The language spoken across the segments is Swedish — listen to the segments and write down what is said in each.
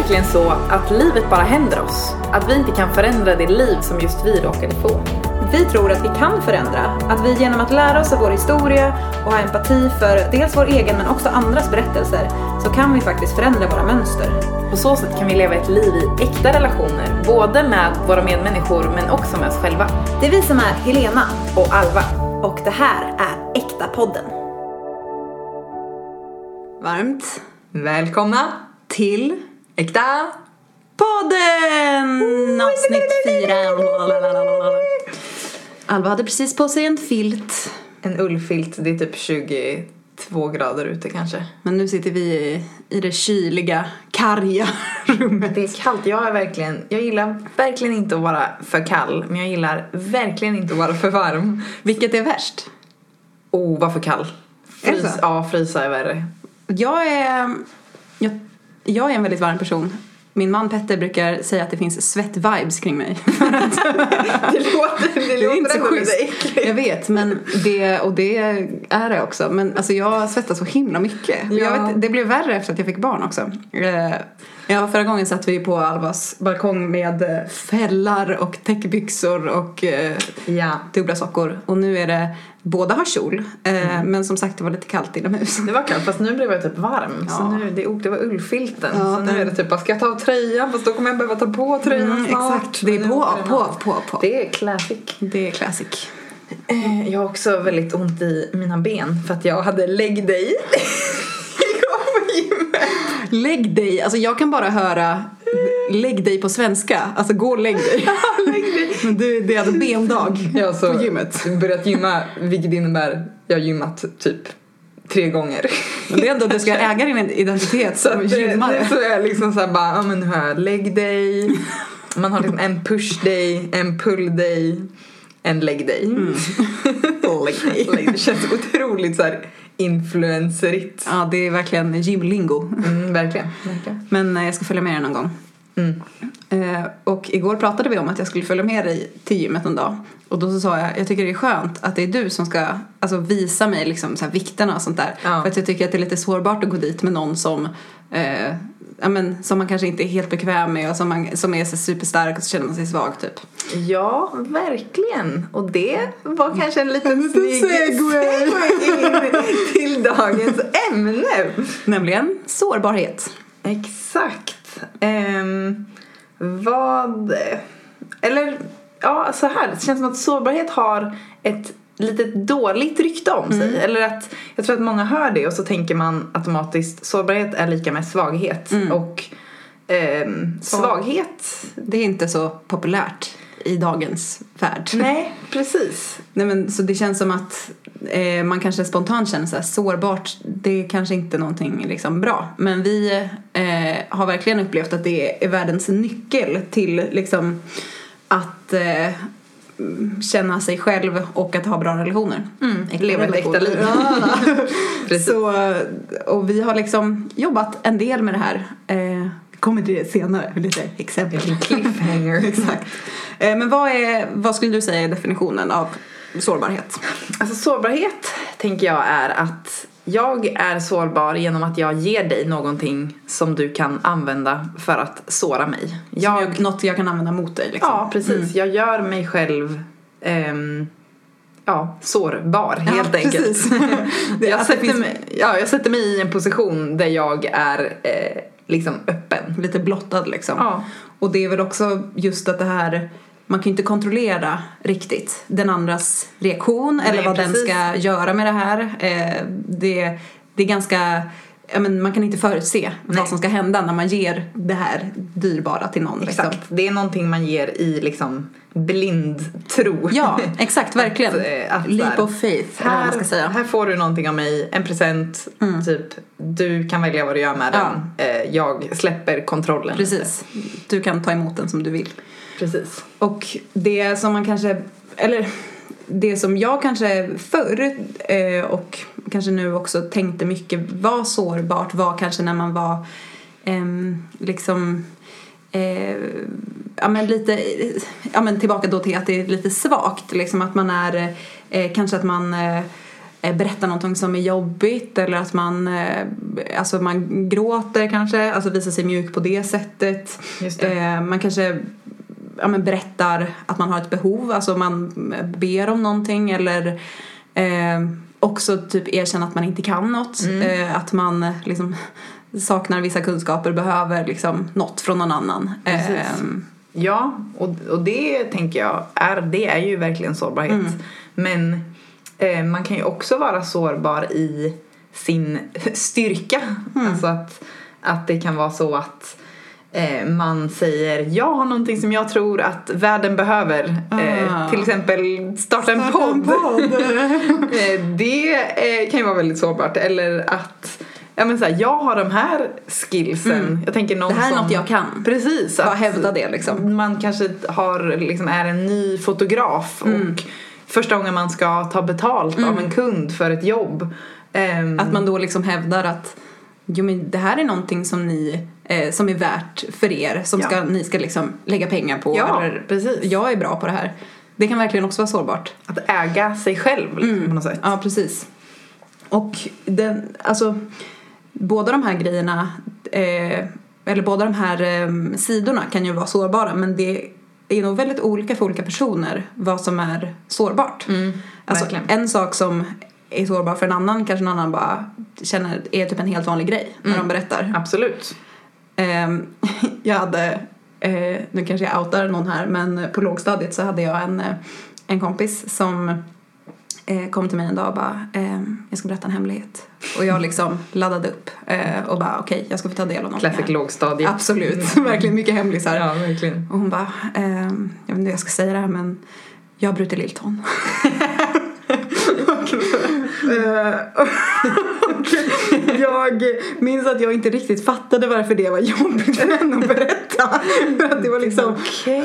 verkligen så att livet bara händer oss? Att vi inte kan förändra det liv som just vi råkade få? Vi tror att vi kan förändra. Att vi genom att lära oss av vår historia och ha empati för dels vår egen men också andras berättelser så kan vi faktiskt förändra våra mönster. På så sätt kan vi leva ett liv i äkta relationer, både med våra medmänniskor men också med oss själva. Det är vi som är Helena Och Alva. och det här är Äkta-podden. Varmt välkomna till Äkta-podden! Avsnitt 4. Alva hade precis på sig en filt. En ullfilt, det är typ 22 grader ute kanske. Men nu sitter vi i det kyliga, karga rummet. Det är kallt, jag gillar verkligen inte att vara för kall. Men jag gillar verkligen inte att vara för varm. Vilket är värst? Vad för kall. Frysa är värre. Jag är en väldigt varm person. Min man Petter brukar säga att det finns svett-vibes kring mig. Det låter inte så schysst. äckligt. Jag vet, men det är det också. Men alltså jag svettas så himla mycket. Ja. Jag vet, det blev värre efter att jag fick barn också. Förra gången satt vi på Alvas balkong med fällar och täckbyxor och dubbla sockor. Och nu är det, båda har kjol. Men som sagt, det var lite kallt inomhus. Det var kallt, fast nu blev jag typ varm. Ja. Så nu, det var ullfilten. Ja, så nu är det typ, ska jag ta av tröjan? Fast då kommer jag behöva ta på tröjan snart. Exakt, det är på. Det är classic. Det är classic. Jag har också väldigt ont i mina ben för att jag hade leg day igår på gymmet. Leg day, alltså jag kan bara höra leg day på svenska. Alltså gå och lägg dig. Men det är alltså bendag på gymmet. Jag har börjat gymma, vilket innebär jag har gymmat typ 3 gånger. Men det är ändå att du ska äga din identitet som gymmare. Så är jag liksom såhär bara, men nu har jag leg day. Man har liksom en push day, en pull day, en leg day. Leg day. Det känns otroligt så här influencerigt. Ja, det är verkligen gymlingo. Verkligen. Men jag ska följa med dig någon gång. Och igår pratade vi om att jag skulle följa med dig till gymmet en dag. Och då så sa jag tycker det är skönt att det är du som ska visa mig liksom så här vikterna och sånt där. Ja. För att jag tycker att det är lite svårbart att gå dit med någon som som man kanske inte är helt bekväm med och som är så superstark och så känner man sig svag typ. Ja, verkligen. Och det var kanske en liten segway till dagens ämne. Nämligen sårbarhet. Exakt. Så här, det känns som att sårbarhet har ett litet dåligt rykte om sig. Eller att, jag tror att många hör det och så tänker man automatiskt sårbarhet är lika med svaghet. Och svaghet, det är inte så populärt i dagens värld. Nej, precis. Nej, men så det känns som att man kanske spontant känner så här, sårbart, det är kanske inte någonting liksom bra. Men vi har verkligen upplevt att det är världens nyckel till liksom att känna sig själv och att ha bra relationer. Leva ett äkta liv. Så, och vi har liksom jobbat en del med det här. Kommer till det senare, lite exempel. Cliffhanger. Exakt. Men vad skulle du säga är definitionen av sårbarhet? Alltså sårbarhet tänker jag är att jag är sårbar genom att jag ger dig någonting som du kan använda för att såra mig. Något jag kan använda mot dig liksom. Ja, precis. Jag gör mig själv sårbar helt enkelt. Jag sätter mig i en position där jag är liksom öppen. Lite blottad liksom. Ja. Och det är väl också just att det här, man kan ju inte kontrollera riktigt den andras reaktion. Nej, eller vad precis. den ska göra med det här. Det är ganska, man kan inte förutse vad som ska hända när man ger det här dyrbara till någon. Exakt, liksom. det är någonting man ger i liksom blind tro. Ja, exakt, verkligen. Att Leap of faith, eller vad man ska säga. Här får du någonting av mig, en present, typ, du kan välja vad du gör med den. Jag släpper kontrollen. Precis, du kan ta emot den som du vill. Precis. Och det som man kanske, eller det som jag kanske förr och kanske nu också tänkte mycket var sårbart var kanske när man var tillbaka då till att det är lite svagt liksom, att man är kanske att man berättar någonting som är jobbigt, eller att man man gråter kanske, alltså visar sig mjuk på det sättet. Just det. Man kanske berättar att man har ett behov, alltså man ber om någonting, eller också typ erkänna att man inte kan något, att man liksom saknar vissa kunskaper, behöver liksom något från någon annan. Ja, och det tänker jag är ju verkligen sårbarhet. Men man kan ju också vara sårbar i sin styrka. Alltså att det kan vara så att man säger, jag har någonting som jag tror att världen behöver. Till exempel starta en podd. Det kan ju vara väldigt sårbart. Eller att jag har de här skillsen. Jag tänker någon det här är något jag kan. Precis. Bara hävda det liksom. Man kanske är en ny fotograf och första gången man ska ta betalt av en kund för ett jobb. Att man då liksom hävdar att men det här är någonting som ni som är värt för er, som ni ska liksom lägga pengar på. Ja, eller, precis. Jag är bra på det här. Det kan verkligen också vara sårbart. Att äga sig själv liksom, på något sätt. Ja, precis. Och båda de här grejerna eller båda de här sidorna kan ju vara sårbara, men det är nog väldigt olika för olika personer vad som är sårbart. En sak som är sårbar för en annan, kanske en annan bara känner är typ en helt vanlig grej när de berättar. Absolut. Jag hade nu kanske jag outar någon här, men på lågstadiet så hade jag en kompis som kom till mig en dag och bara jag ska berätta en hemlighet. Och jag liksom laddade upp och bara okej, jag ska få ta del av något. Classic lågstadiet. Absolut, verkligen mycket hemlisar. Ja, verkligen. Och hon bara jag vet inte hur jag ska säga det här, men jag har brutit lilltån. Jag minns att jag inte riktigt fattade varför det var jobbigt för henne att berätta. För att det var liksom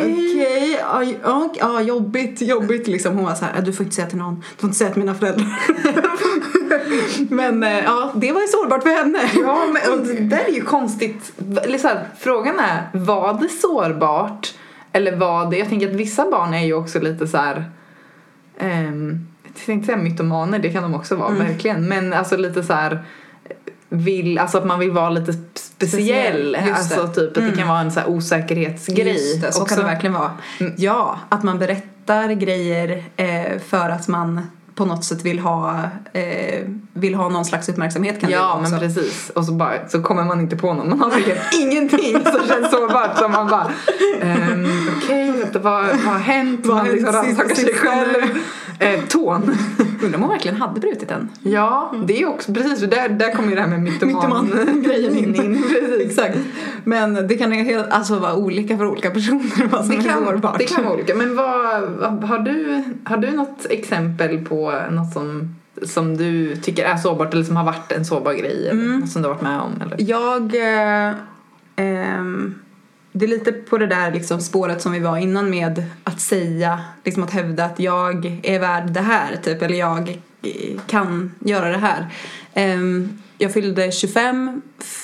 jobbigt liksom. Hon var så här, du får inte säga till någon, du får inte säga till mina föräldrar. Men det var ju sårbart för henne. Ja, men det där är ju konstigt. Frågan är, var det sårbart? Eller var det, jag tänker att vissa barn är ju också lite så här jag tänkte säga mytomaner, det kan de också vara, verkligen. Men alltså lite så här att man vill vara lite speciell. Alltså typ att det kan vara en så här osäkerhetsgrej. Just det, så också. kan det verkligen vara. Ja, att man berättar grejer för att man på något sätt vill ha någon slags uppmärksamhet, kan det också. Men precis. Och så kommer man inte på någon. Man har ingenting som känns sårbart, som man bara okej, vad har hänt? Man liksom rannsakar sig själv. Tån. Undrar om hon verkligen hade brutit den. Ja, det är också precis. Där kommer ju det här med mytoman-grejen in. Precis. Exakt. Men det kan vara olika för olika personer. Det kan vara olika. Men har du något exempel på något som du tycker är sårbart, eller som har varit en sårbar grej, eller som du har varit med om? Eller? Det är lite på det där liksom spåret som vi var innan, med att säga, liksom att hävda att jag är värd det här typ, eller jag kan göra det här. Jag fyllde 25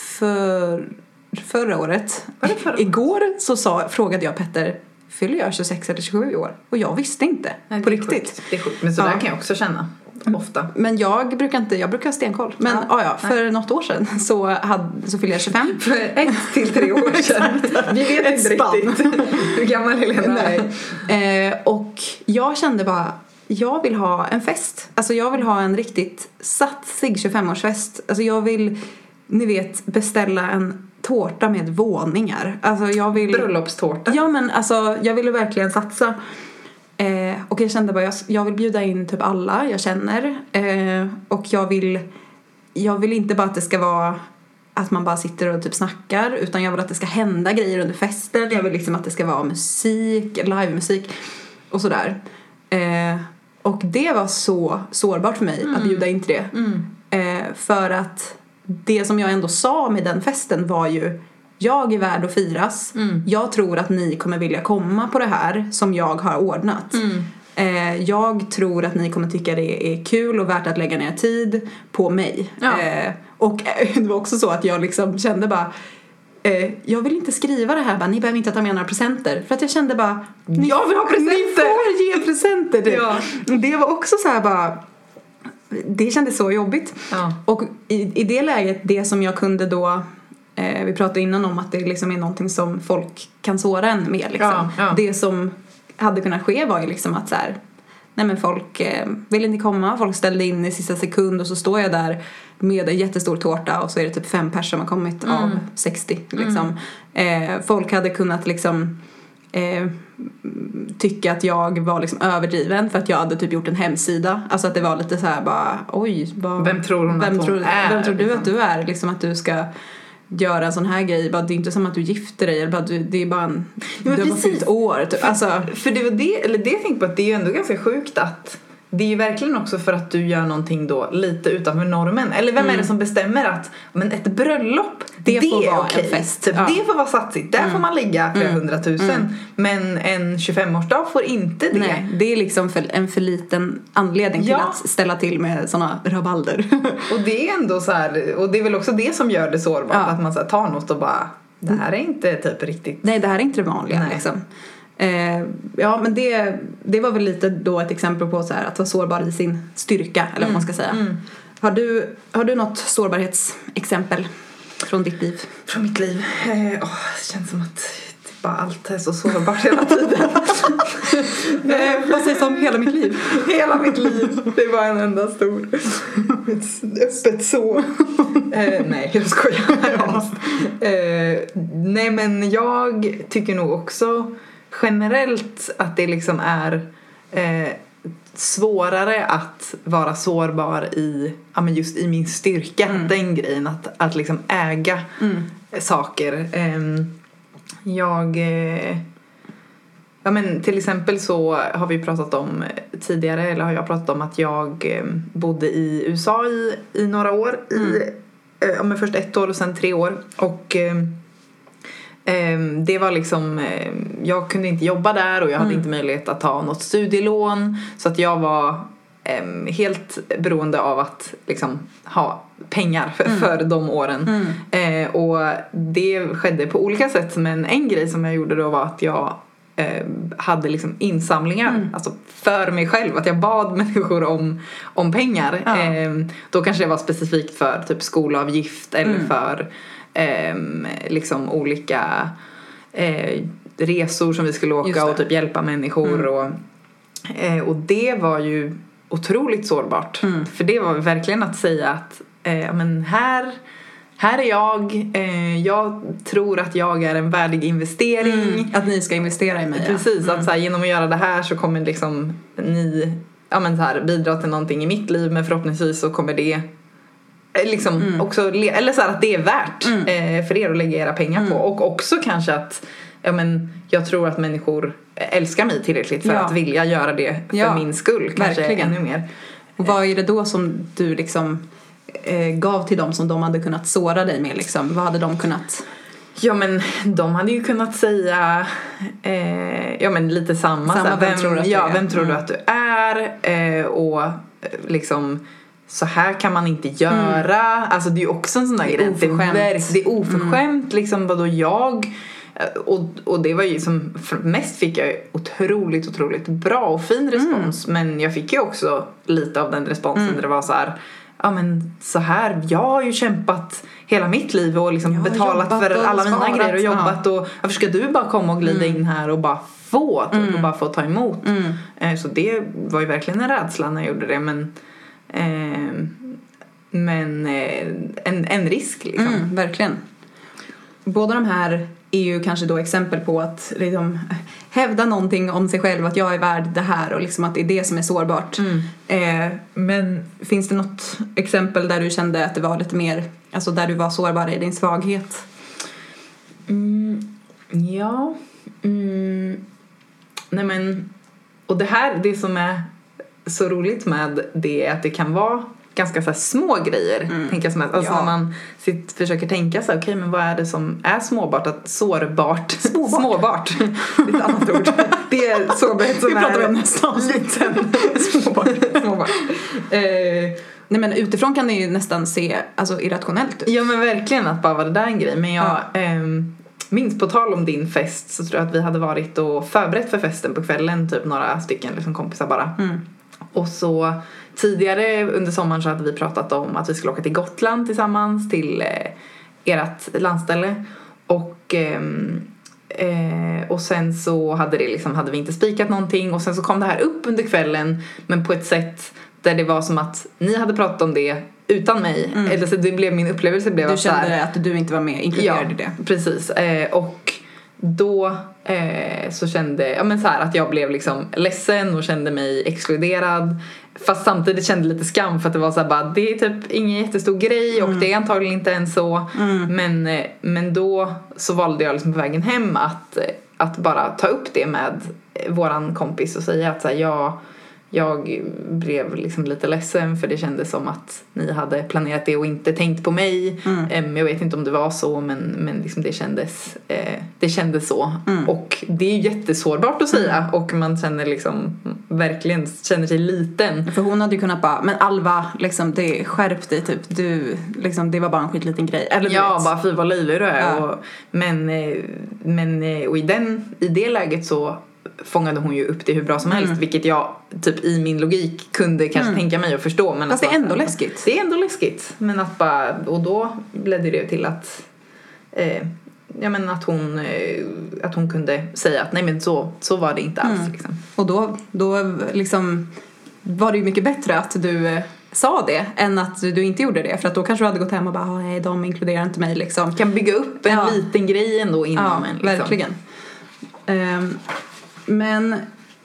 förra året. Igår så frågade jag Petter, fyller jag 26 eller 27 i år? Och jag visste inte. Nej, på riktigt. Det är sjukt. Men så där kan jag också känna. Ofta. Men jag brukar ha stenkoll. Men för något år sedan så fyllde jag 25. För 1 till 3 år sedan. Vi vet inte riktigt hur gammal Helena är. Och jag kände bara, jag vill ha en fest. Alltså jag vill ha en riktigt satsig 25-årsfest. Alltså jag vill, ni vet, beställa en tårta med våningar. Alltså jag vill... Bröllopstårta. Ja, men alltså jag ville verkligen satsa. Och jag kände bara, jag vill bjuda in typ alla jag känner. Och jag vill inte bara att det ska vara att man bara sitter och typ snackar, utan jag vill att det ska hända grejer under festen. Jag vill liksom att det ska vara musik, livemusik och sådär. Och det var så sårbart för mig att bjuda in till det. För att det som jag ändå sa med den festen var ju, jag är värd att firas. Jag tror att ni kommer vilja komma på det här som jag har ordnat. Jag tror att ni kommer tycka det är kul och värt att lägga ner tid på mig. Och det var också så att jag liksom kände bara, jag vill inte skriva det här bara, ni behöver inte ta med några presenter. För att jag kände bara, jag vill ha presenter. Ni får ge presenter. Det var också så här bara, det kändes så jobbigt. Och i det läget, det som jag kunde då, vi pratade innan om att det liksom är någonting som folk kan såra en med liksom. Det som hade kunnat ske var ju liksom att så här, nej men folk vill inte komma, folk ställde in i sista sekund och så står jag där med en jättestor tårta och så är det typ 5 personer som har kommit av 60 liksom. Folk hade kunnat liksom tycka att jag var liksom överdriven för att jag hade typ gjort en hemsida, alltså att det var lite så här bara oj, vem tror hon vem att tror, hon är? vem tror du liksom att du är liksom, att du ska göra en sån här grej, bara, det är inte som att du gifter dig, eller bara, det är bara en, du har bara fyllt år typ. Alltså, för det var det, eller det jag tänkte på, att det är ju ändå ganska sjukt att det är ju verkligen också för att du gör någonting då lite utanför normen. Eller vem är det som bestämmer att men ett bröllop, det får vara en fest. Typ, det får vara satsigt. Där får man ligga flera 100 000. Men en 25-årsdag får inte det. Nej, det är liksom en för liten anledning till att ställa till med såna rabalder. Och det är ändå så här, och det är väl också det som gör det sårbart. Att man så här, tar något och bara, det här är inte typ riktigt. Nej, det här är inte det vanliga liksom. Ja, men det var väl lite då ett exempel på så här, att vara sårbar i sin styrka, eller vad man ska säga. Har du något sårbarhetsexempel från ditt liv? Från mitt liv? Det känns som att bara allt är så sårbart hela tiden. Vad sägs om hela mitt liv? Hela mitt liv. Det var en enda stor öppet så. Nej, jag skojar. Nej, men jag tycker nog också generellt att det liksom är svårare att vara sårbar i, ja, men just i min styrka, den grejen att liksom äga saker. Ja, men till exempel så har vi pratat om tidigare, eller har jag pratat om att jag bodde i USA i några år, men först 1 år och sen 3 år, och det var liksom, jag kunde inte jobba där och jag hade inte möjlighet att ta något studielån, så att jag var helt beroende av att liksom ha pengar för de åren. Och det skedde på olika sätt, men en grej som jag gjorde då var att jag hade liksom insamlingar, alltså för mig själv, att jag bad människor om pengar. Då kanske det var specifikt för typ skolavgift eller för liksom olika resor som vi skulle åka och typ hjälpa människor och det var ju otroligt sårbart, för det var verkligen att säga att men här är jag tror att jag är en värdig investering, att ni ska investera i mig. Precis, att så här, genom att göra det här så kommer liksom ni, ja, men så här, bidra till någonting i mitt liv, men förhoppningsvis så kommer det liksom också, eller så här, att det är värt för er att lägga era pengar på, och också kanske att, ja, men jag tror att människor älskar mig tillräckligt för att vilja göra det för min skull, kanske verkligen ännu mer. Och vad är det då som du liksom gav till dem som de hade kunnat såra dig med liksom? Vad hade de kunnat? Ja, men de hade ju kunnat säga ja, men lite samma vem tror du att du är? Vem tror du att du är? Och liksom, så här kan man inte göra. Alltså det är ju också en sån där grej. Det är oförskämt liksom, vadå jag. Och det var ju som mest fick jag otroligt bra och fin respons, men jag fick ju också lite av den responsen där det var så här, ja, men så här, jag har ju kämpat hela mitt liv och liksom betalat för alla mina grejer och jobbat, och varför ska du bara komma och glida in här och bara få typ, och bara få ta emot. Så det var ju verkligen en rädsla när jag gjorde det, men en risk liksom. Verkligen. Båda de här är ju kanske då exempel på att liksom hävda någonting om sig själv, att jag är värd det här, och liksom att det är det som är sårbart. Men finns det något exempel där du kände att det var lite mer, alltså där du var sårbar i din svaghet? Ja. Nej, men, och det som är så roligt med det är att det kan vara ganska så här små grejer, tänker jag, som alltså när man försöker tänka så här, okej, men vad är det som är småbart, att sårbart, småbart ett annat ord, det är sårbarhet som är nästan liten, småbart. Nej, men utifrån kan det ju nästan se alltså irrationellt ut. Ja, men verkligen, att bara vara det där en grej. Men jag minns, på tal om din fest, så tror jag att vi hade varit och förberett för festen på kvällen, typ några stycken liksom kompisar bara. Och så tidigare under sommaren så hade vi pratat om att vi skulle åka till Gotland tillsammans till ert landställe. Och sen så hade vi inte spikat någonting. Och sen så kom det här upp under kvällen, men på ett sätt där det var som att ni hade pratat om det utan mig. Eller så det blev min upplevelse. Du kände att du inte var med inkluderad i det. Precis. Och då så kände att jag blev liksom ledsen och kände mig exkluderad. Fast samtidigt kände lite skam för att det var så här, bara, det är typ ingen jättestor grej och det är antagligen inte ens så. Men då så valde jag liksom på vägen hem att bara ta upp det med våran kompis och säga att så här, jag blev liksom lite ledsen för det kändes som att ni hade planerat det och inte tänkt på mig. Jag vet inte om det var så, men liksom det kändes så. Och det är ju jättesårbart att säga och man känner liksom verkligen känner sig liten. För hon hade ju kunnat bara, men Alva, liksom, det skärp dig typ, du, liksom, det var bara en skitliten grej. Eller ja, bara fy vad löjlig du är. Ja. Men i det läget så fångade hon ju upp det hur bra som helst, vilket jag typ i min logik kunde kanske tänka mig att förstå, men fast det är ändå läskigt. Det är ändå läskigt, men att bara, och då ledde det till att att hon kunde säga att nej, men så var det inte alls liksom. Och då liksom var det ju mycket bättre att du sa det än att du inte gjorde det, för att då kanske du hade gått hem och bara nej, de inkluderar inte mig liksom. Kan bygga upp en liten grej ändå inom en liksom. Verkligen. Men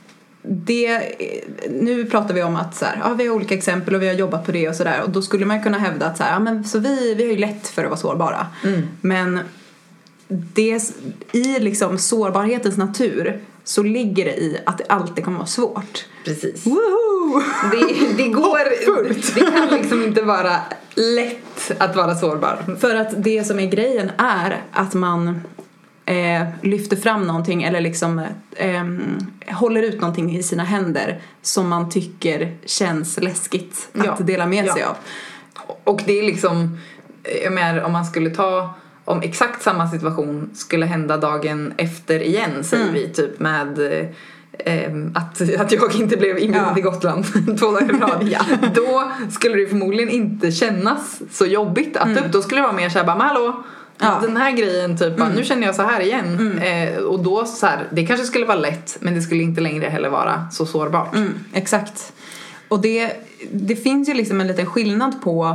nu pratar vi om att så här, vi har olika exempel och vi har jobbat på det och sådär, och då skulle man kunna hävda att så här, men så vi har ju lätt för att vara sårbara. Men det, i liksom sårbarhetens natur så ligger det i att det alltid kommer vara svårt. Precis. Woho! Det går det kan liksom inte vara lätt att vara sårbar. För att det som är grejen är att man lyfter fram någonting eller liksom håller ut någonting i sina händer som man tycker känns läskigt att dela med sig av. Och det är liksom, om man skulle om exakt samma situation skulle hända dagen efter igen, säger vi typ med att jag inte blev inbjuden till Gotland 2 dagar i rad. Då skulle det förmodligen inte kännas så jobbigt att då skulle det vara mer såhär, men hallå, den här grejen typ, nu känner jag så här igen. Och då så här, det kanske skulle vara lätt, men det skulle inte längre heller vara så sårbart. Exakt. Och det finns ju liksom en liten skillnad på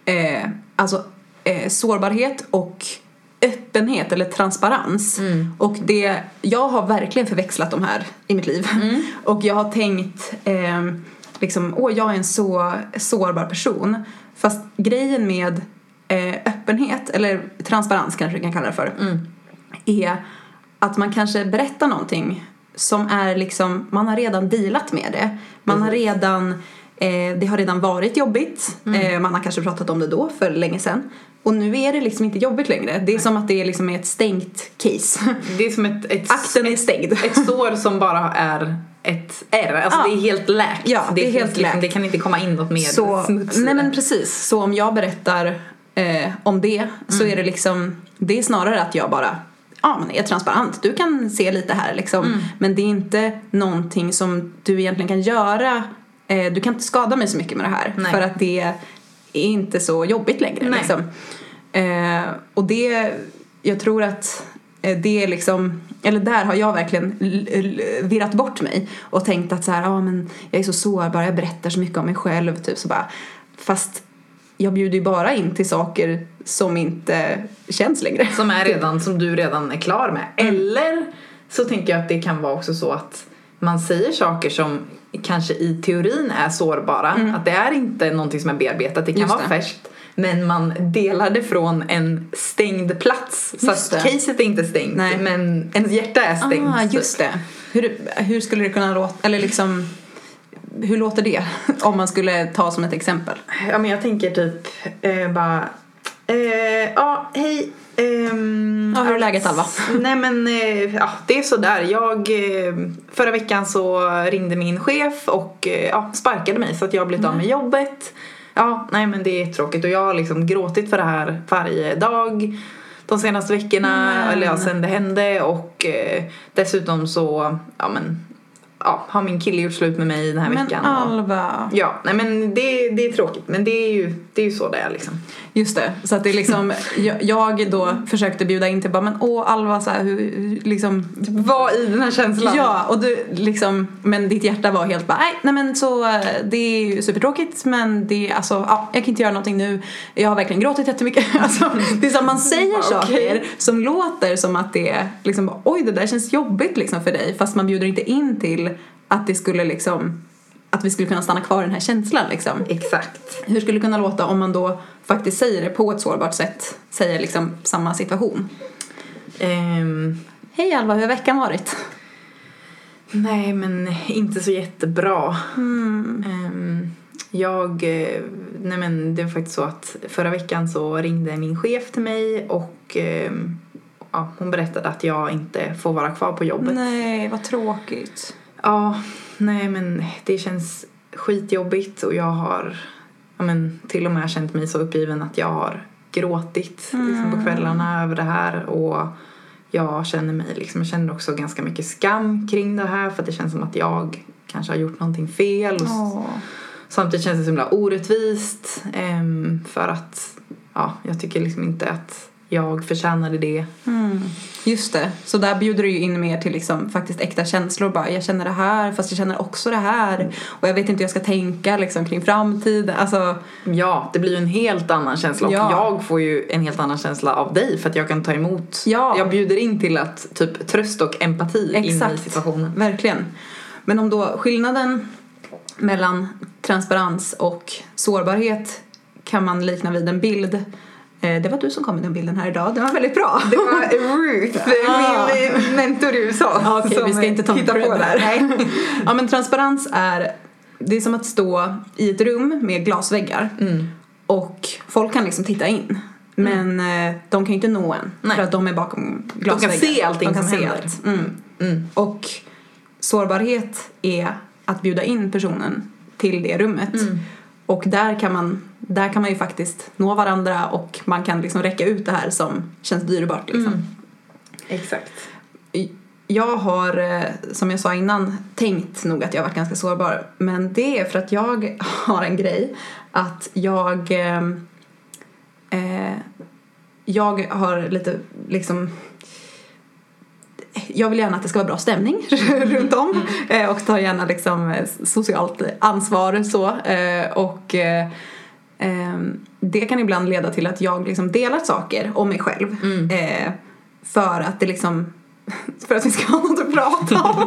sårbarhet och öppenhet eller transparens. Och jag har verkligen förväxlat de här i mitt liv. Och jag har tänkt liksom, jag är en så sårbar person. Fast grejen med öppenhet eller transparens kanske vi kan kalla det för, är att man kanske berättar någonting som är liksom, man har redan dealat med det. Man har redan det har redan varit jobbigt. Man har kanske pratat om det då för länge sedan. Och nu är det liksom inte jobbigt längre. Det är som att det liksom är ett stängt case. Det är som akten är stängd. Ett sår som bara är ett R. Alltså det är helt läkt. Ja, det är helt läkt. Det kan inte komma in något mer smuts. Nej, men precis. Så om jag berättar om det så är det liksom, det är snarare att jag bara men är transparent. Du kan se lite här liksom. Men det är inte någonting som du egentligen kan göra. Du kan inte skada mig så mycket med det här. Nej. För att det är inte så jobbigt längre. Liksom. Och jag tror att det är liksom, eller där har jag verkligen virrat bort mig och tänkt att så här, men jag är så sårbar, jag berättar så mycket om mig själv typ, så bara, fast jag bjuder ju bara in till saker som inte känns längre. Som du redan är klar med. Eller så tänker jag att det kan vara också så att man säger saker som kanske i teorin är sårbara. Att det är inte någonting som är bearbetat. Det kan vara färskt. Men man delar det från en stängd plats. Så att caset är inte stängt. Nej. Men ens hjärta är stängt. Just det. Hur skulle det kunna låta? Eller liksom, hur låter det? Om man skulle ta som ett exempel. Ja, men jag tänker typ bara hej. Hur är läget, Alva? Nej, men det är sådär. Förra veckan så ringde min chef och sparkade mig så att jag blev av med jobbet. Nej, men det är tråkigt och jag har liksom gråtit för det här varje dag de senaste veckorna, eller sen det hände, och dessutom så har min kille gjort slut med mig den här veckan. Men Alva. Ja, nej men det är tråkigt. Men det är ju så det är liksom. Just det, så att det är liksom jag då försökte bjuda in till bara, men Alva så här, hur liksom var i den här känslan. Ja, och du liksom, men ditt hjärta var helt bara nej men så det är ju supertråkigt, men det är alltså jag kan inte göra någonting nu. Jag har verkligen gråtit jättemycket. Alltså, det är som man säger saker som låter som att det är liksom, oj det där känns jobbigt liksom för dig, fast man bjuder inte in till att det skulle liksom, att vi skulle kunna stanna kvar i den här känslan liksom. Exakt. Hur skulle det kunna låta om man då faktiskt säger det på ett sårbart sätt, säger liksom samma situation? Hej Alva, hur har veckan varit? Nej, men inte så jättebra. Nej men det var faktiskt så att förra veckan så ringde min chef till mig och hon berättade att jag inte får vara kvar på jobbet. Nej, vad tråkigt. Ja, nej men det känns skitjobbigt och jag har till och med känt mig så uppgiven att jag har gråtit liksom, på kvällarna över det här, och jag känner mig liksom, jag känner också ganska mycket skam kring det här, för att det känns som att jag kanske har gjort någonting fel och samtidigt känns det så himla orättvist för att jag tycker liksom inte att jag förtjänade det. Just det, så där bjuder du ju in mer till liksom faktiskt äkta känslor, bara jag känner det här fast jag känner också det här och jag vet inte hur jag ska tänka liksom kring framtiden, alltså. Ja, det blir ju en helt annan känsla och jag får ju en helt annan känsla av dig för att jag kan ta emot. Jag bjuder in till att typ tröst och empati in i situationen. Verkligen. Men om då skillnaden mellan transparens och sårbarhet kan man likna vid en bild. Det var du som kom med den bilden här idag. Den var väldigt bra. Det var Ruth, min mentor i USA. Okej, vi ska inte ta på det här. Nej. Ja, men transparens det är som att stå i ett rum med glasväggar. Och folk kan liksom titta in. Men de kan ju inte nå en. Nej. För att de är bakom glasväggar. De kan se allting som händer. Och sårbarhet är att bjuda in personen till det rummet. Och där kan man ju faktiskt nå varandra och man kan liksom räcka ut det här som känns dyrbart liksom. Exakt. Jag har, som jag sa innan, tänkt nog att jag har varit ganska sårbar. Men det är för att jag har en grej att jag har lite liksom, jag vill gärna att det ska vara bra stämning runt om och tar gärna liksom socialt ansvar så, och det kan ibland leda till att jag liksom delar saker om mig själv för att det liksom, för att vi ska ha något att prata om.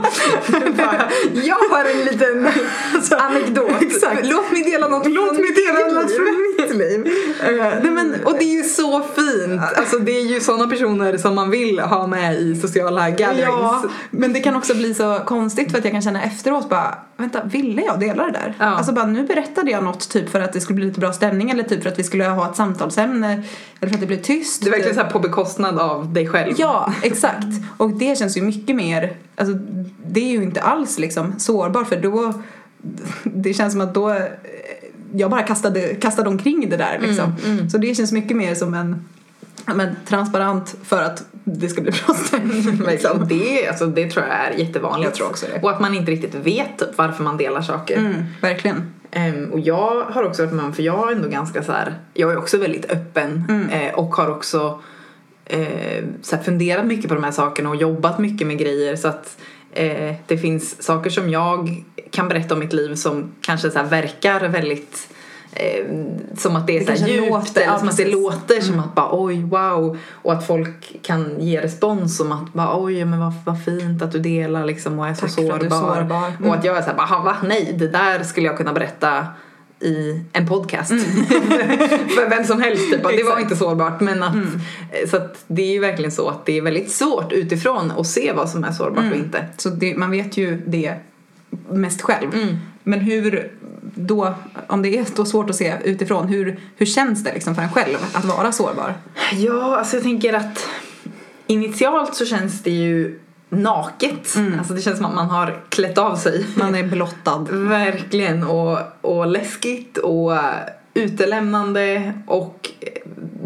Jag har en liten anekdot. Exakt. Låt mig dela något från mitt liv. Nej, men, och det är ju så fint. Alltså, det är ju sådana personer som man vill ha med i sociala gatherings. Ja, men det kan också bli så konstigt för att jag kan känna efteråt bara, vänta, ville jag dela det där? Ja. Alltså bara, nu berättade jag något typ för att det skulle bli lite bra stämning eller typ för att vi skulle ha ett samtalsämne eller för att det blev tyst. Det är verkligen så här på bekostnad av dig själv. Ja, exakt. Och det känns ju mycket mer, alltså det är ju inte alls liksom sårbar, för då det känns som att då jag bara kastade omkring det där liksom. Så det känns mycket mer som en transparent för att det ska bli bra stämning. Liksom. Det tror jag är jättevanligt. Jag tror också det. Och att man inte riktigt vet varför man delar saker. Verkligen. Och jag har också varit med, för jag är ändå ganska så här, jag är också väldigt öppen och har också så här, funderat mycket på de här sakerna och jobbat mycket med grejer, så att det finns saker som jag kan berätta om mitt liv som kanske så här verkar väldigt som att det är så här djupt, eller som att det låter som att bara oj, wow, och att folk kan ge respons som att bara oj, men vad fint att du delar liksom och är så sårbar. Och att jag är så här bara, va? Nej, det där skulle jag kunna berätta i en podcast för vem som helst typ. Det var inte sårbart, men att så att det är ju verkligen så att det är väldigt svårt utifrån att se vad som är sårbart och inte. Så man vet ju det mest själv. Men hur då, om det är så svårt att se utifrån, hur känns det liksom för en själv att vara sårbar? Ja, alltså jag tänker att initialt så känns det ju naket. Alltså det känns som att man har klätt av sig. Man är blottad. Verkligen, och läskigt och utelämnande, och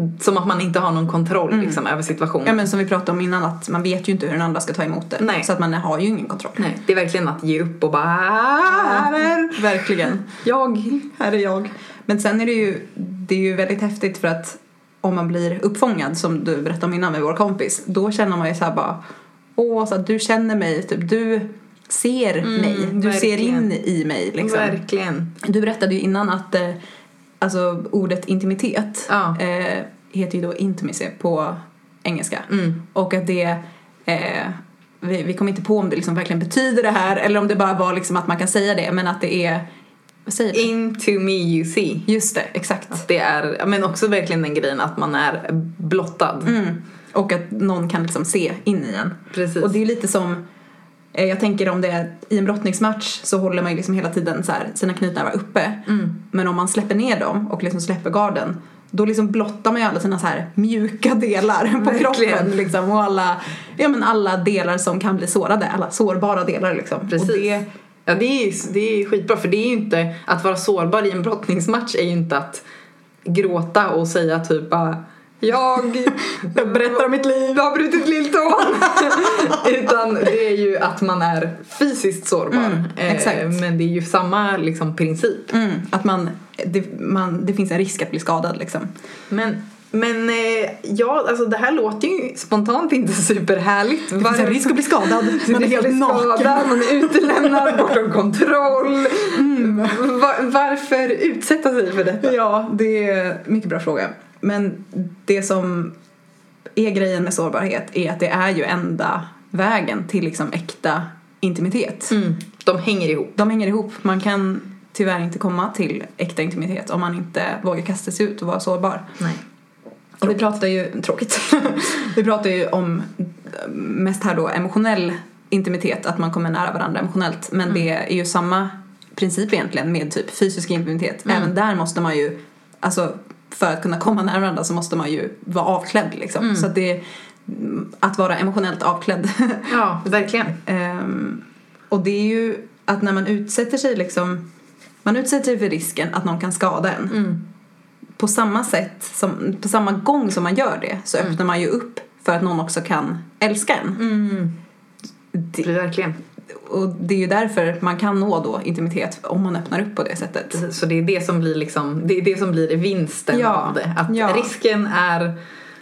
som att man inte har någon kontroll liksom, över situationen. Ja, men som vi pratade om innan, att man vet ju inte hur den andra ska ta emot det. Nej. Så att man har ju ingen kontroll. Nej, det är verkligen att ge upp och bara verkligen. Här är jag. Men sen är det är ju väldigt häftigt för att om man blir uppfångad, som du berättade om innan med vår kompis, då känner man ju så här bara, så att du känner mig, typ du ser mig, du verkligen. ser in i mig liksom. Verkligen. Du berättade ju innan att alltså ordet intimitet heter ju då intimacy på engelska. Och att det vi kom inte på om det liksom verkligen betyder det här eller om det bara var liksom att man kan säga det, men att det är, vad säger du? Into me you see. Just det, exakt. Att det är, men också verkligen den grejen att man är blottad. Och att någon kan liksom se in i en. Precis. Och det är lite som, jag tänker om det är i en brottningsmatch så håller man ju liksom hela tiden så här, sina knytnävar uppe. Men om man släpper ner dem och liksom släpper garden, då liksom blottar man ju alla sina så här mjuka delar på kroppen liksom, och alla delar som kan bli sårade, alla sårbara delar liksom. Precis. Och det är skitbra, för det är ju inte att vara sårbar i en brottningsmatch är ju inte att gråta och säga typ bara jag berättar om mitt liv, jag har brutit lilltån. Utan det är ju att man är fysiskt sårbar. Exakt. Men det är ju samma liksom princip. Att det finns en risk att bli skadad liksom. Men ja, alltså det här låter ju spontant inte superhärligt. Det finns en risk att bli skadad. Man är helt naken. Man är utelämnad, bortom kontroll. Varför utsätta sig för detta? Ja, det är en mycket bra fråga. Men det som är grejen med sårbarhet är att det är ju enda vägen till liksom äkta intimitet. De hänger ihop. Man kan tyvärr inte komma till äkta intimitet om man inte vågar kasta sig ut och vara sårbar. Nej. Och vi pratar ju, tråkigt. Vi pratar ju om mest här då emotionell intimitet, att man kommer nära varandra emotionellt. Men det är ju samma princip egentligen med typ fysisk intimitet. Även där måste man ju, alltså för att kunna komma nära varandra så måste man ju vara avklädd liksom. Så att det att vara emotionellt avklädd. Ja, verkligen. Och det är ju att när man utsätter sig liksom, man utsätter sig för risken att någon kan skada en. På samma sätt som, på samma gång som man gör det så öppnar man ju upp för att någon också kan älska en. Det är verkligen. Och det är ju därför man kan nå då intimitet om man öppnar upp på det sättet. Så det är det som blir liksom, det är det som blir vinsten av det. Att risken är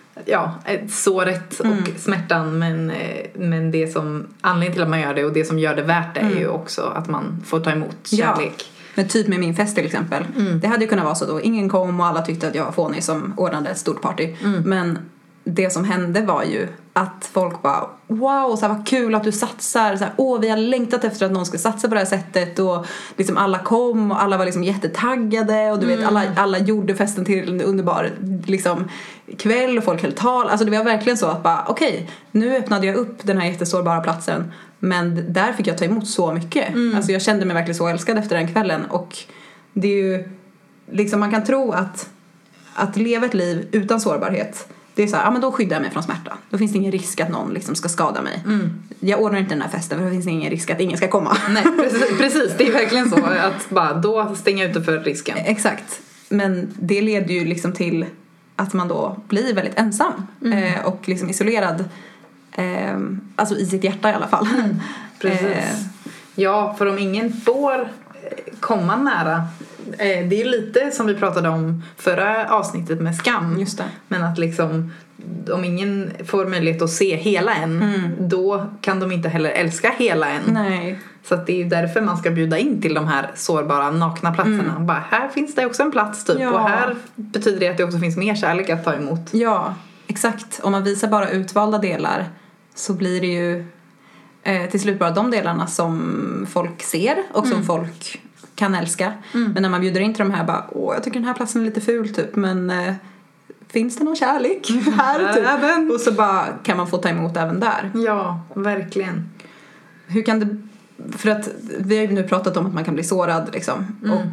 såret och smärtan, men det som anledningen till att man gör det och det som gör det värt det är ju också att man får ta emot kärlek. Ja. Men typ med min fest till exempel. Det hade ju kunnat vara så då. Ingen kom och alla tyckte att jag var fånig som ordnade ett stort party. Men det som hände var ju att folk bara wow, så här, vad kul att du satsar. Så här, vi har längtat efter att någon ska satsa på det här sättet. Och liksom alla kom och alla var liksom jättetaggade. Och du vet, alla gjorde festen till en underbar liksom, kväll. Och folk höll tal. Alltså det var verkligen så att bara okej, nu öppnade jag upp den här jättesårbara platsen. Men där fick jag ta emot så mycket. Alltså jag kände mig verkligen så älskad efter den kvällen. Och det är ju liksom, man kan tro att leva ett liv utan sårbarhet, det är så här, men då skyddar jag mig från smärta. Då finns det ingen risk att någon liksom ska skada mig. Jag ordnar inte den här festen för då finns det ingen risk att ingen ska komma. Nej, precis. Det är verkligen så att bara då stänga ute för risken. Exakt. Men det leder ju liksom till att man då blir väldigt ensam och liksom isolerad. Alltså i sitt hjärta i alla fall. Precis. Ja, för om ingen får komma nära. Det är lite som vi pratade om förra avsnittet med skam. Just det. Men att liksom, om ingen får möjlighet att se hela en, då kan de inte heller älska hela en. Nej. Så att det är ju därför man ska bjuda in till de här sårbara, nakna platserna. Bara, här finns det också en plats typ. Ja. Och här betyder det att det också finns mer kärlek att ta emot. Ja, exakt. Om man visar bara utvalda delar så blir det ju till slut bara de delarna som folk ser och som folk kan älska. Men när man bjuder in till de här bara, jag tycker den här platsen är lite ful typ, men finns det någon kärlek här typ? Och så bara kan man få ta emot även där. Ja, verkligen. Hur kan det, för att vi har ju nu pratat om att man kan bli sårad liksom. Och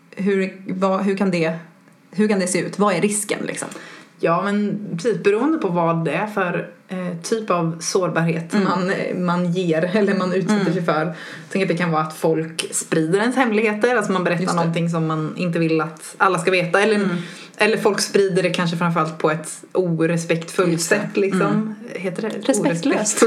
hur kan det se ut? Vad är risken liksom? Ja, men precis, beroende på vad det är för typ av sårbarhet man ger eller man utsätter sig för. Jag tänker att det kan vara att folk sprider ens hemligheter. Alltså man berättar någonting som man inte vill att alla ska veta. Eller Eller folk sprider det kanske framförallt på ett orespektfullt sätt liksom. Heter det? Respektlöst.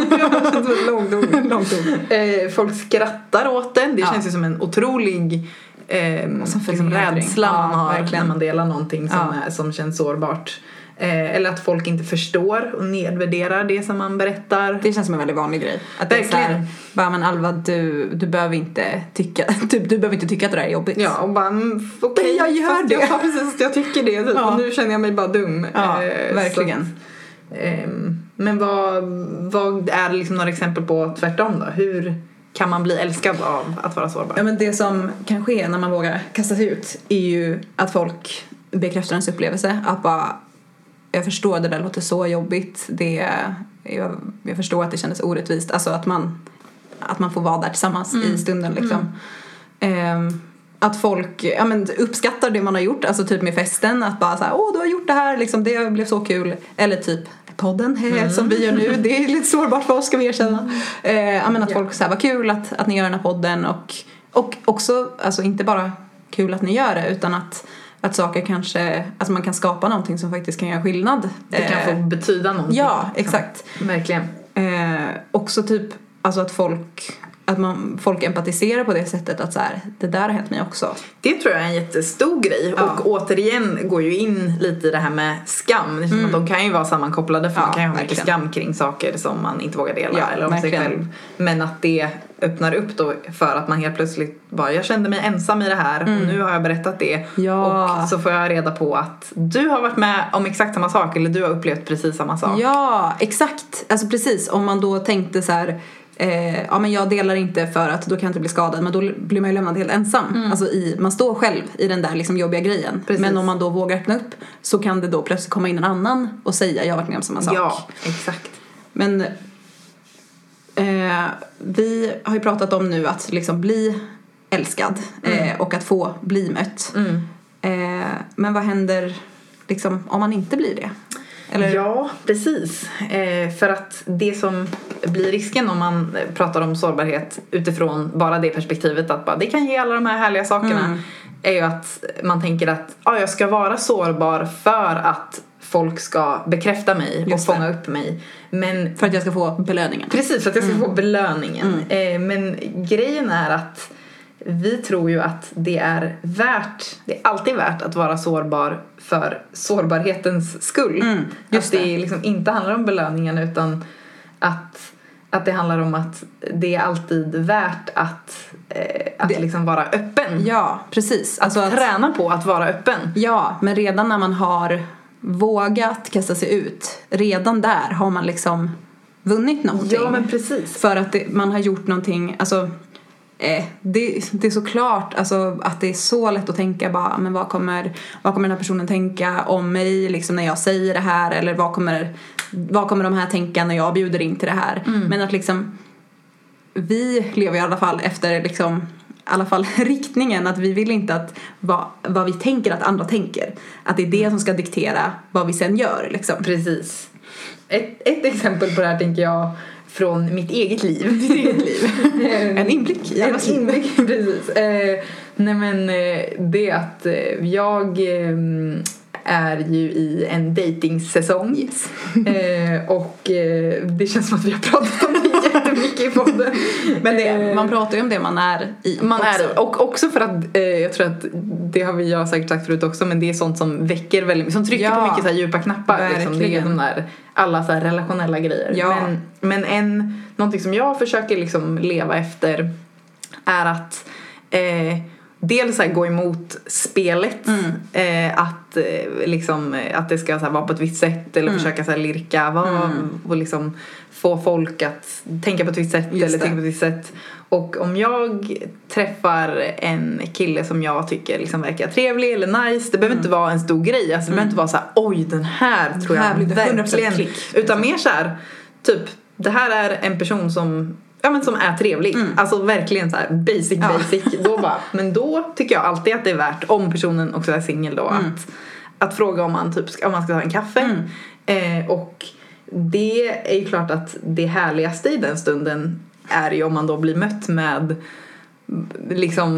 Långt ord. Folk skrattar åt det. Det känns ju som en otrolig liksom rädsla man har verkligen. När man delar någonting som känns sårbart. Eller att folk inte förstår och nedvärderar det som man berättar. Det känns som en väldigt vanlig grej. Att det är så här, bara, men Alva, du behöver inte tycka du behöver inte tycka att det där är jobbigt. Ja, och bara okej, jag gör det. Ja, precis, jag tycker det typ. Och nu känner jag mig bara dum. Ja, verkligen. Men vad är det liksom några exempel på tvärtom då? Hur kan man bli älskad av att vara sårbar? Ja, men det som kan ske när man vågar kasta sig ut är ju att folk bekräftar ens upplevelse. Att bara, jag förstår, det där låter så jobbigt. Jag förstår att det kändes orättvist. Alltså att man får vara där tillsammans i stunden liksom. Att folk uppskattar det man har gjort. Alltså typ med festen. Att bara såhär, du har gjort det här liksom, det blev så kul. Eller typ podden som vi gör nu. Det är lite sårbart för oss, ska vi erkänna. Att folk säger, vad kul att ni gör den här podden. Och också, alltså inte bara kul att ni gör det, utan att saker kanske, alltså man kan skapa någonting som faktiskt kan göra skillnad. Det kan få betyda någonting. Ja, exakt. Verkligen. Också typ, alltså att folk empatiserar på det sättet att så här, det där har hänt mig också. Det tror jag är en jättestor grej. Och återigen går ju in lite i det här med skam. Det att de kan ju vara sammankopplade, för man kan ju ha mycket skam kring saker som man inte vågar dela eller om sig själv. Men att det öppnar upp då för att man helt plötsligt bara, jag kände mig ensam i det här och nu har jag berättat det. Ja. Och så får jag reda på att du har varit med om exakt samma sak, eller du har upplevt precis samma sak. Ja, exakt. Alltså precis, om man då tänkte så här, men jag delar inte för att då kan jag inte bli skadad, men då blir man ju lämnad helt ensam. Alltså man står själv i den där liksom jobbiga grejen. Precis. Men om man då vågar öppna upp, så kan det då plötsligt komma in en annan och säga, jag har varit med om samma sak. Ja, exakt. Men vi har ju pratat om nu att liksom bli älskad och att få bli mött. Men vad händer liksom om man inte blir det? Eller? Ja, precis. För att det som blir risken om man pratar om sårbarhet utifrån bara det perspektivet att bara, det kan ge alla de här härliga sakerna, är ju att man tänker att jag ska vara sårbar för att folk ska bekräfta mig och fånga upp mig. Men för att jag ska få belöningen. Precis, för att jag ska få belöningen. Men grejen är att vi tror ju att det är alltid värt att vara sårbar för sårbarhetens skull. Just att det liksom inte handlar om belöningen, utan att det handlar om att det är alltid värt att liksom vara öppen. Ja, precis. Alltså att träna på att vara öppen. Ja, men redan när man har vågat kasta sig ut, redan där har man liksom vunnit någonting. Ja, men precis. För att man har gjort någonting, alltså det är såklart, alltså, att det är så lätt att tänka bara, men vad kommer den här personen tänka om mig liksom, när jag säger det här, eller vad kommer de här tänka när jag bjuder in till det här. Men att liksom vi lever i alla fall efter liksom, i alla fall riktningen att vi vill inte att vad vi tänker att andra tänker, att det är det som ska diktera vad vi sen gör liksom. Precis. Ett exempel på det här tänker jag från mitt eget liv. En inblick. Precis. Det är att jag är ju i en datingsäsong. Yes. Och det känns som att vi har pratat om det jättemycket i podden. Men man pratar ju om det man är i. Och också för att jag tror att det har jag säkert sagt förut också, men det är sånt som väcker väldigt, som trycker på mycket så här djupa knappar liksom. Det är de där alla så här relationella grejer. Men någonting som jag försöker liksom leva efter är att dels så här gå emot spelet, att det ska så här vara på ett visst sätt, eller försöka så här lirka och liksom få folk att tänka på ett visst sätt eller tänka på ett visst sätt. Och om jag träffar en kille som jag tycker liksom verkar trevlig eller nice, det behöver inte vara en stor grej, alltså det behöver inte vara så här, oj den här tror jag verkligen klick, utan mer så här, typ det här är en person som som är trevlig. Alltså verkligen så här basic. Då bara, men då tycker jag alltid att det är värt, om personen också är singel då, att fråga om man ska ta en kaffe. Och det är ju klart att det härligaste i den stunden är ju om man då blir mött med liksom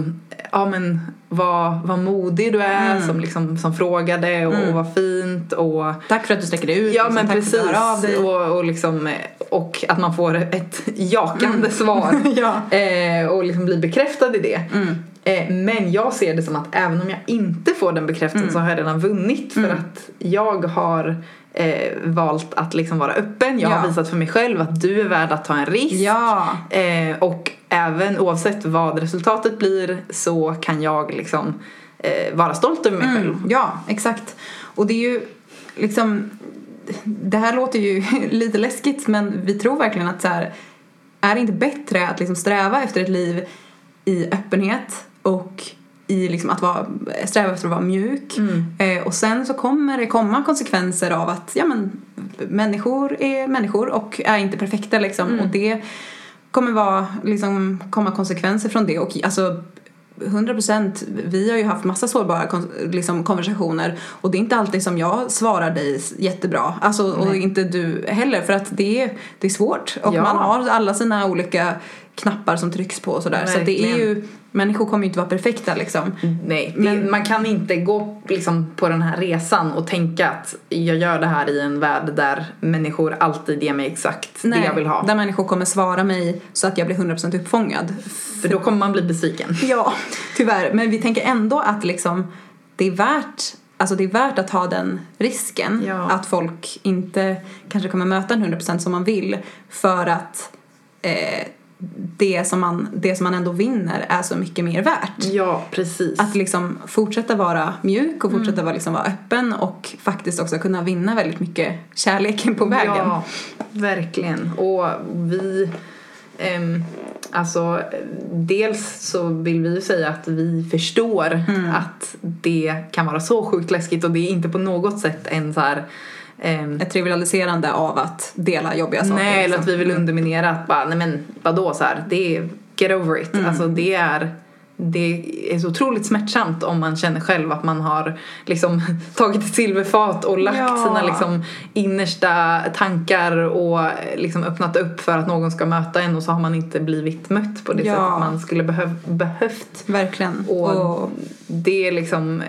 men vad modig du är som liksom som frågade och vad fint och tack för att du sträcker dig ut. Ja, liksom, men tack precis. För att du hör av dig. Och liksom och att man får ett jakande svar och liksom blir bekräftad i det. Men jag ser det som att även om jag inte får den bekräftelsen så har jag redan vunnit för att jag har valt att liksom vara öppen. Jag har visat för mig själv att du är värd att ta en risk. Och även oavsett vad resultatet blir så kan jag liksom vara stolt över mig själv. Ja, exakt. Och det är ju liksom, det här låter ju lite läskigt, men vi tror verkligen att så här, är det inte bättre att liksom sträva efter ett liv i öppenhet och i liksom att sträva efter att vara mjuk. Och sen så kommer det komma konsekvenser av att människor är människor och är inte perfekta liksom. Och det kommer komma konsekvenser från det. Och alltså 100%, vi har ju haft massa sårbara konversationer och det är inte alltid som jag svarar dig jättebra. Alltså, och inte du heller, för att det är svårt. Och man har alla sina olika knappar som trycks på och sådär. Så det är ju, människor kommer ju inte vara perfekta liksom. Nej, man kan inte gå liksom på den här resan och tänka att jag gör det här i en värld där människor alltid ger mig exakt det jag vill ha. Där människor kommer svara mig så att jag blir 100% uppfångad. För då kommer man bli besviken. Ja, tyvärr. Men vi tänker ändå att liksom, det är värt att ta den risken. Att folk inte kanske kommer möta en 100% som man vill. För att det som man ändå vinner är så mycket mer värt. Ja, precis. Att liksom fortsätta vara mjuk och fortsätta vara öppen och faktiskt också kunna vinna väldigt mycket kärleken på vägen. Ja, verkligen. Och vi alltså dels så vill vi ju säga att vi förstår att det kan vara så sjukt läskigt och det är inte på något sätt en så här ett trivialiserande av att dela jobbiga saker. Nej, eller att vi vill underminera att bara, nej men vadå så här, det är get over it. Alltså det är så otroligt smärtsamt om man känner själv att man har liksom tagit ett silverfat och lagt sina liksom innersta tankar och liksom öppnat upp för att någon ska möta en och så har man inte blivit mött på det sättet man skulle behövt. Verkligen. Och det är liksom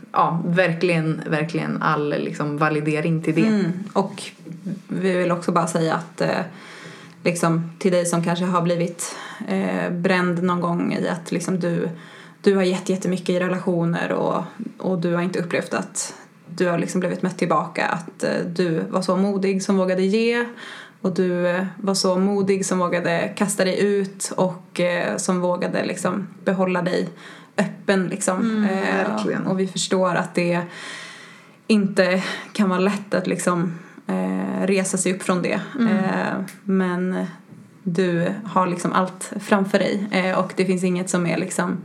verkligen all liksom validering till det. Och vi vill också bara säga att liksom till dig som kanske har blivit bränd någon gång i att liksom du har gett jättemycket i relationer och du har inte upplevt att du har liksom blivit mött tillbaka, att du var så modig som vågade ge och du var så modig som vågade kasta dig ut och som vågade liksom behålla dig öppen liksom. Och vi förstår att det inte kan vara lätt att liksom resa sig upp från det. Men du har liksom allt framför dig och det finns inget som är liksom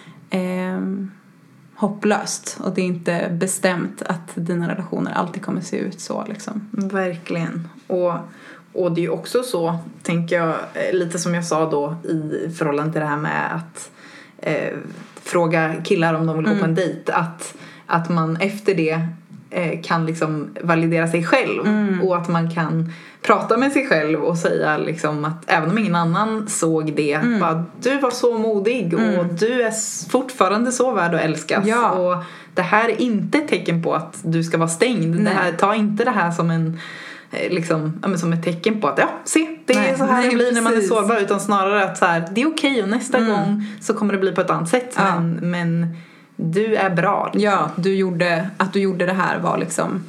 hopplöst och det är inte bestämt att dina relationer alltid kommer se ut så liksom. Verkligen. Och det är ju också så, tänker jag, lite som jag sa då i förhållande till det här med att fråga killar om de vill gå på en dejt, att man efter det kan liksom validera sig själv och att man kan prata med sig själv och säga liksom att även om ingen annan såg det bara, du var så modig och du är fortfarande så värd att älskas och det här är inte ett tecken på att du ska vara stängd. Det här, ta inte det här som en liksom, som ett tecken på att det är så här det blir när man är sårbar, utan snarare att så här, det är okej och nästa gång så kommer det bli på ett annat sätt men du är bra liksom. Ja, att du gjorde det här var liksom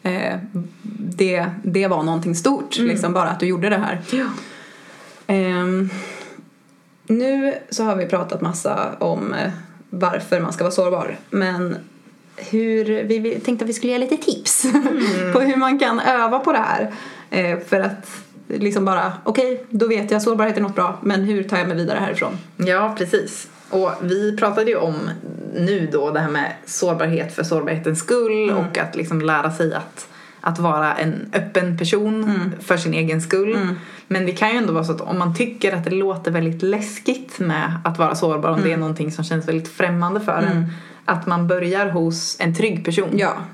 det var någonting stort liksom, bara att du gjorde det här. Nu så har vi pratat massa om varför man ska vara sårbar, men vi tänkte att vi skulle ge lite tips på hur man kan öva på det här för att liksom bara då vet jag sårbarhet är något bra, men hur tar jag mig vidare härifrån? Ja, precis. Och vi pratade ju om nu då det här med sårbarhet för sårbarhetens skull och att liksom lära sig att vara en öppen person för sin egen skull. Men det kan ju ändå vara så att om man tycker att det låter väldigt läskigt med att vara sårbar, om det är någonting som känns väldigt främmande för en, att man börjar hos en trygg person. Ja.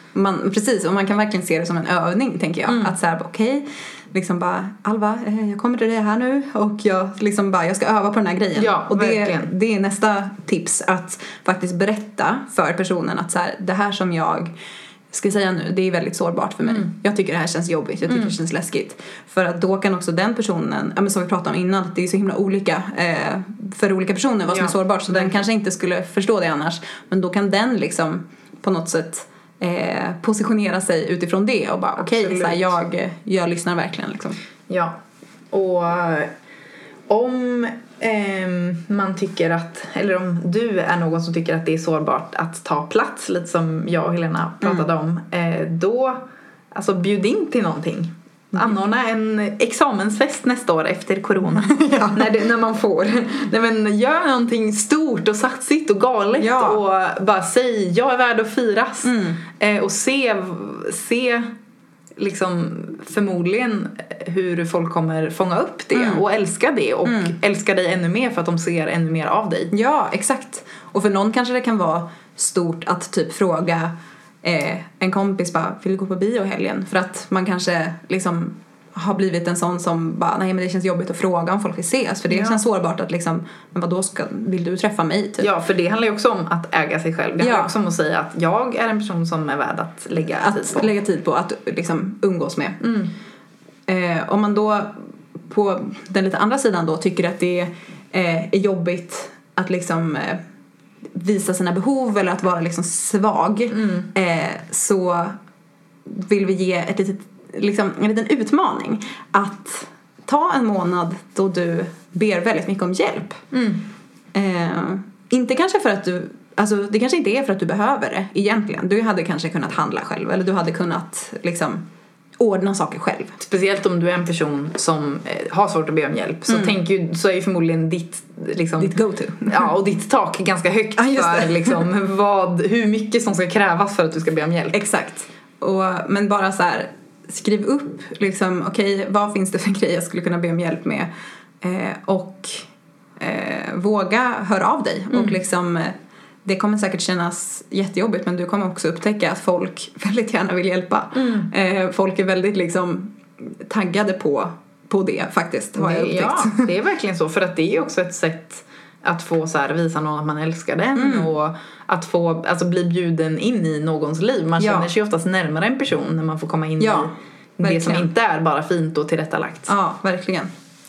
Precis, och man kan verkligen se det som en övning, tänker jag. Att så här, okej, liksom bara, Alva, jag kommer till det här nu och jag liksom bara, jag ska öva på den här grejen. Ja, och verkligen. det är nästa tips, att faktiskt berätta för personen att så här, det här som jag ska säga nu, det är väldigt sårbart för mig. Jag tycker det här känns jobbigt, jag tycker det känns läskigt. För att då kan också den personen, men som vi pratade om innan, att det är så himla olika för olika personer vad som är sårbart. Så den kanske inte skulle förstå det annars. Men då kan den liksom på något sätt positionera sig utifrån det och bara okej, jag lyssnar verkligen liksom. Ja, och om man tycker att, eller om du är någon som tycker att det är sårbart att ta plats, lite som jag och Helena pratade om, då alltså bjud in till någonting. Anordna en examensfest nästa år efter corona. när man får. Nej, men gör någonting stort och satsigt och galet och bara säg jag är värd att firas. Och se liksom förmodligen hur folk kommer fånga upp det och älska det och älska dig ännu mer för att de ser ännu mer av dig. Ja, exakt. Och för någon kanske det kan vara stort att typ fråga en kompis bara, vill du gå på bio helgen? För att man kanske liksom har blivit en sån som bara, nej men det känns jobbigt att fråga om folk vill ses. För det känns sårbart att liksom, men vadå, vill du träffa mig typ? Ja, för det handlar ju också om att äga sig själv. Det handlar också om att säga att jag är en person som är värd att lägga tid på. Att liksom umgås med. Om man då på den lite andra sidan då tycker att det är jobbigt att liksom visa sina behov eller att vara liksom svag, så vill vi ge en liten utmaning att ta en månad då du ber väldigt mycket om hjälp. Inte kanske för att det kanske inte är för att du behöver det egentligen. Du hade kanske kunnat handla själv, eller du hade kunnat liksom ordna saker själv. Speciellt om du är en person som har svårt att be om hjälp, så så är ju förmodligen ditt go-to. Ja, och ditt tak ganska högt för liksom hur mycket som ska krävas för att du ska be om hjälp. Exakt. Men bara så här, skriv upp liksom, okej, vad finns det för grejer jag skulle kunna be om hjälp med, och våga höra av dig och liksom det kommer säkert kännas jättejobbigt, men du kommer också upptäcka att folk väldigt gärna vill hjälpa. Folk är väldigt liksom taggade på det faktiskt, har jag upptäckt. Ja, det är verkligen så, för att det är också ett sätt att få så här, visa någon att man älskar den och att få bli bjuden in i någons liv. Man känner sig oftast närmare en person när man får komma in i det som inte är bara fint och tillrättalagt. Ja, verkligen.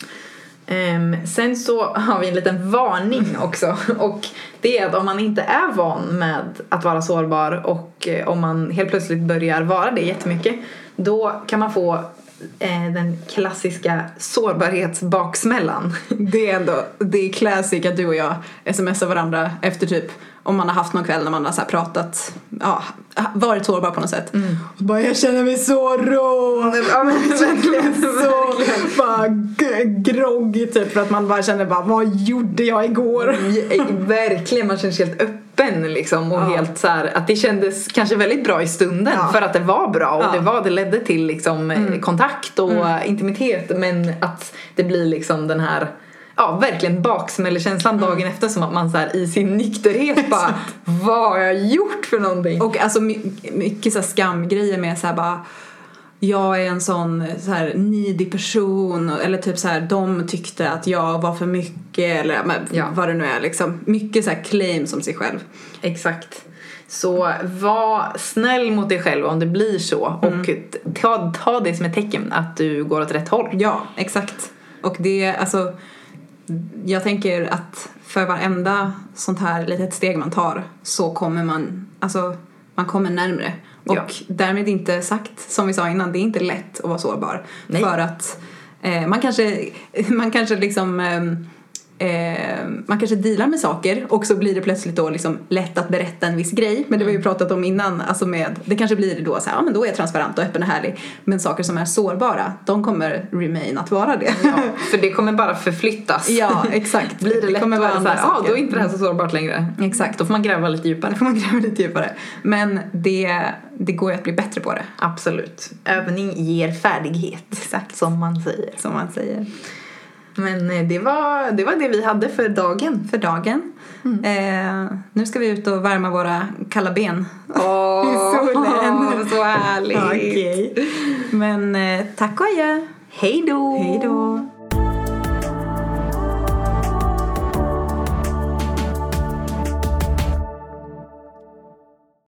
Sen så har vi en liten varning också, och det är att om man inte är van med att vara sårbar och om man helt plötsligt börjar vara det jättemycket, då kan man få den klassiska sårbarhetsbaksmällan. Det är classic att du och jag smsar varandra efter typ, om man har haft någon kväll när man har så här pratat, varit sårbar på något sätt. Och bara, jag känner mig så rå. Ja, men verkligen. Så bara groggy typ, för att man bara känner bara, vad gjorde jag igår? Verkligen, man känns helt öppen liksom, och helt så här, att det kändes kanske väldigt bra i stunden för att det var bra och det ledde till liksom kontakt och intimitet, men att det blir liksom den här verkligen baksmällekänslan dagen efter, som att man så här, i sin nykterhet bara, vad har jag gjort för någonting? Och alltså mycket så här skamgrejer med så här bara, jag är en sån så här needy person, eller typ så här, de tyckte att jag var för mycket, eller vad det nu är liksom, mycket så här claim som sig själv. Exakt. Så var snäll mot dig själv om det blir så, och ta det som ett tecken att du går åt rätt håll. Ja, exakt. Och det, alltså, jag tänker att för varenda sånt här litet steg man tar, så kommer man kommer närmare. Och därmed inte sagt, som vi sa innan, det är inte lätt att vara sårbar. Nej. För att man kanske liksom man kanske dealar med saker, och så blir det plötsligt då liksom lätt att berätta en viss grej. Men det var ju pratat om innan, alltså det kanske blir det då så här, men då är jag transparent och öppen och härlig. Men saker som är sårbara, de kommer remain att vara det. Ja, för det kommer bara förflyttas. Ja, exakt. Blir det lätt kommer att vara så här, då är inte det här så sårbart längre. Exakt. Då får man gräva lite djupare. Men det går ju att bli bättre på det. Absolut. Övning ger färdighet. Exakt. Som man säger. Som man säger. Men det var det vi hade för dagen. Nu ska vi ut och värma våra kalla ben I solen. Så härligt. Okej. Men tack och adjö. Hej då. Hej då.